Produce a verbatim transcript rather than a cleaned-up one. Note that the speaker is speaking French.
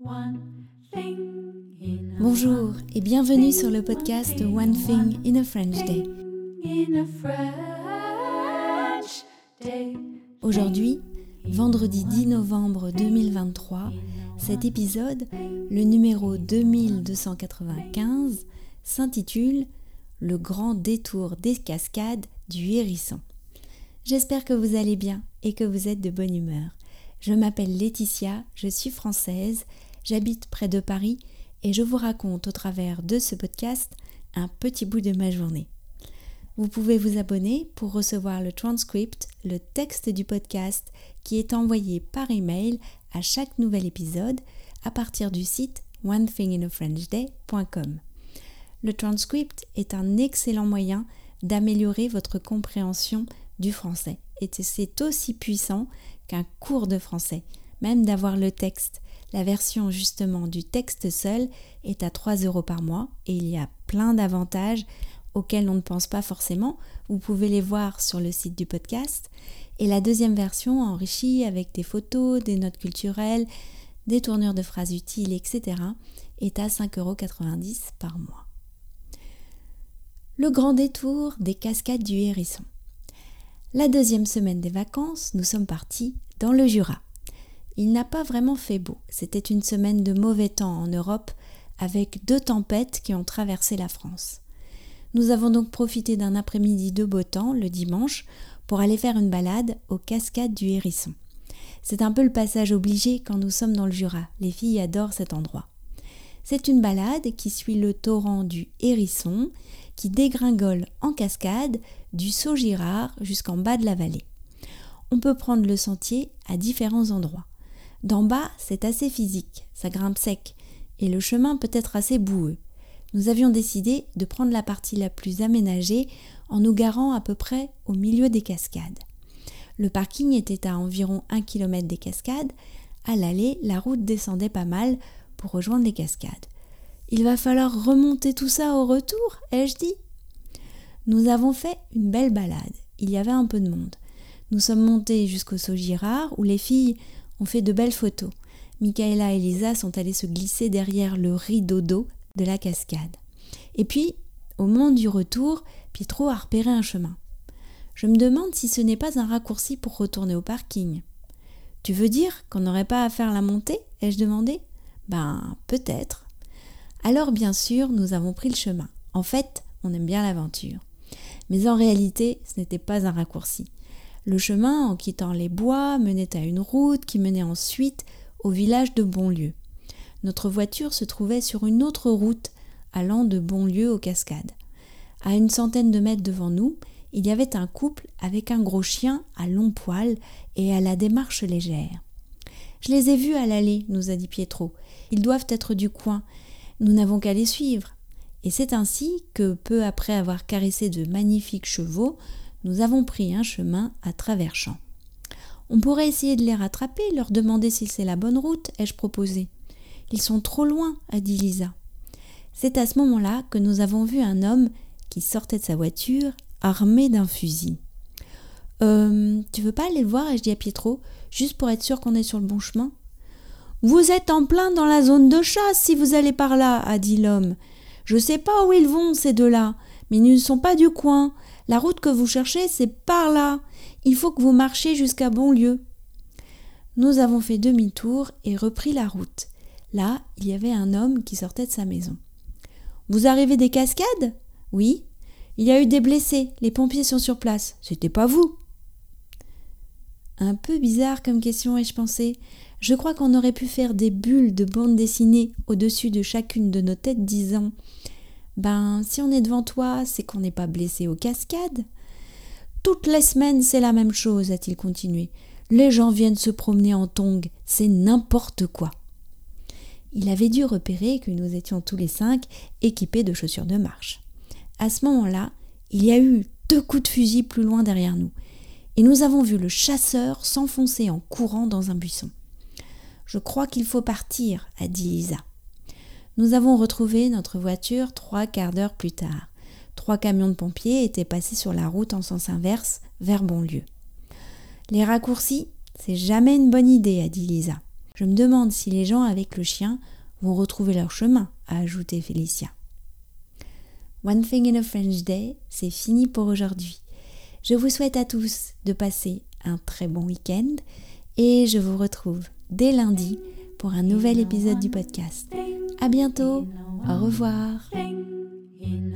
Bonjour et bienvenue sur le podcast One Thing in a French Day. Aujourd'hui, vendredi dix novembre deux mille vingt-trois, cet épisode, le numéro deux mille deux cent quatre-vingt-quinze, s'intitule « Le grand détour des cascades du Hérisson ». J'espère que vous allez bien et que vous êtes de bonne humeur. Je m'appelle Laetitia, je suis française, j'habite près de Paris et je vous raconte au travers de ce podcast un petit bout de ma journée. Vous pouvez vous abonner pour recevoir le transcript, le texte du podcast qui est envoyé par email à chaque nouvel épisode à partir du site one thing in a french day point com. Le transcript est un excellent moyen d'améliorer votre compréhension du français et c'est aussi puissant qu'un cours de français, même d'avoir le texte. La version justement du texte seul est à trois euros par mois et il y a plein d'avantages auxquels on ne pense pas forcément. Vous pouvez les voir sur le site du podcast. Et la deuxième version enrichie avec des photos, des notes culturelles, des tournures de phrases utiles, et cetera est à cinq euros quatre-vingt-dix par mois. Le grand détour des cascades du Hérisson. La deuxième semaine des vacances, nous sommes partis dans le Jura. Il n'a pas vraiment fait beau. C'était une semaine de mauvais temps en Europe avec deux tempêtes qui ont traversé la France. Nous avons donc profité d'un après-midi de beau temps, le dimanche, pour aller faire une balade aux cascades du Hérisson. C'est un peu le passage obligé quand nous sommes dans le Jura. Les filles adorent cet endroit. C'est une balade qui suit le torrent du Hérisson qui dégringole en cascade du Saut-Girard jusqu'en bas de la vallée. On peut prendre le sentier à différents endroits. D'en bas, c'est assez physique, ça grimpe sec, et le chemin peut être assez boueux. Nous avions décidé de prendre la partie la plus aménagée en nous garant à peu près au milieu des cascades. Le parking était à environ un kilomètre des cascades. À l'aller, la route descendait pas mal pour rejoindre les cascades. Il va falloir remonter tout ça au retour, ai-je dit ? Nous avons fait une belle balade. Il y avait un peu de monde. Nous sommes montés jusqu'au Saut-Girard où les filles ont fait de belles photos. Michaela et Lisa sont allées se glisser derrière le rideau d'eau de la cascade. Et puis, au moment du retour, Pietro a repéré un chemin. Je me demande si ce n'est pas un raccourci pour retourner au parking. Tu veux dire qu'on n'aurait pas à faire la montée ? Ai-je demandé ? Ben, peut-être. Alors, bien sûr, nous avons pris le chemin. En fait, on aime bien l'aventure. Mais en réalité, ce n'était pas un raccourci. Le chemin, en quittant les bois, menait à une route qui menait ensuite au village de Bonlieu. Notre voiture se trouvait sur une autre route allant de Bonlieu aux cascades. À une centaine de mètres devant nous, il y avait un couple avec un gros chien à longs poils et à la démarche légère. « Je les ai vus à l'aller, nous a dit Pietro. Ils doivent être du coin. Nous n'avons qu'à les suivre. » Et c'est ainsi que, peu après avoir caressé de magnifiques chevaux, nous avons pris un chemin à travers champs. On pourrait essayer de les rattraper, leur demander si c'est la bonne route, ai-je proposé. Ils sont trop loin, a dit Lisa. C'est à ce moment-là que nous avons vu un homme qui sortait de sa voiture, armé d'un fusil. Euh, tu veux pas aller le voir, ai-je dit à Pietro, juste pour être sûr qu'on est sur le bon chemin ? Vous êtes en plein dans la zone de chasse si vous allez par là, a dit l'homme. Je sais pas où ils vont, ces deux-là, mais ils ne sont pas du coin. La route que vous cherchez, c'est par là. Il faut que vous marchiez jusqu'à Bonlieu. Nous avons fait demi-tour et repris la route. Là, il y avait un homme qui sortait de sa maison. « Vous arrivez des cascades ? » ?»« Oui. »« Il y a eu des blessés. Les pompiers sont sur place. C'était pas vous. » Un peu bizarre comme question, ai-je pensé. Je crois qu'on aurait pu faire des bulles de bande dessinée au-dessus de chacune de nos têtes disant « Ben, si on est devant toi, c'est qu'on n'est pas blessé aux cascades. » « Toutes les semaines, c'est la même chose, a-t-il continué. Les gens viennent se promener en tongs, c'est n'importe quoi. Il avait dû repérer que nous étions tous les cinq équipés de chaussures de marche. À ce moment-là, il y a eu deux coups de fusil plus loin derrière nous, et nous avons vu le chasseur s'enfoncer en courant dans un buisson. « Je crois qu'il faut partir, a dit Lisa. Nous avons retrouvé notre voiture trois quarts d'heure plus tard. Trois camions de pompiers étaient passés sur la route en sens inverse, vers Bonlieu. « Les raccourcis, c'est jamais une bonne idée, a dit Lisa. Je me demande si les gens avec le chien vont retrouver leur chemin, a ajouté Félicia. One Thing in a French Day, c'est fini pour aujourd'hui. Je vous souhaite à tous de passer un très bon week-end et je vous retrouve dès lundi pour un nouvel épisode du podcast. À bientôt, au revoir.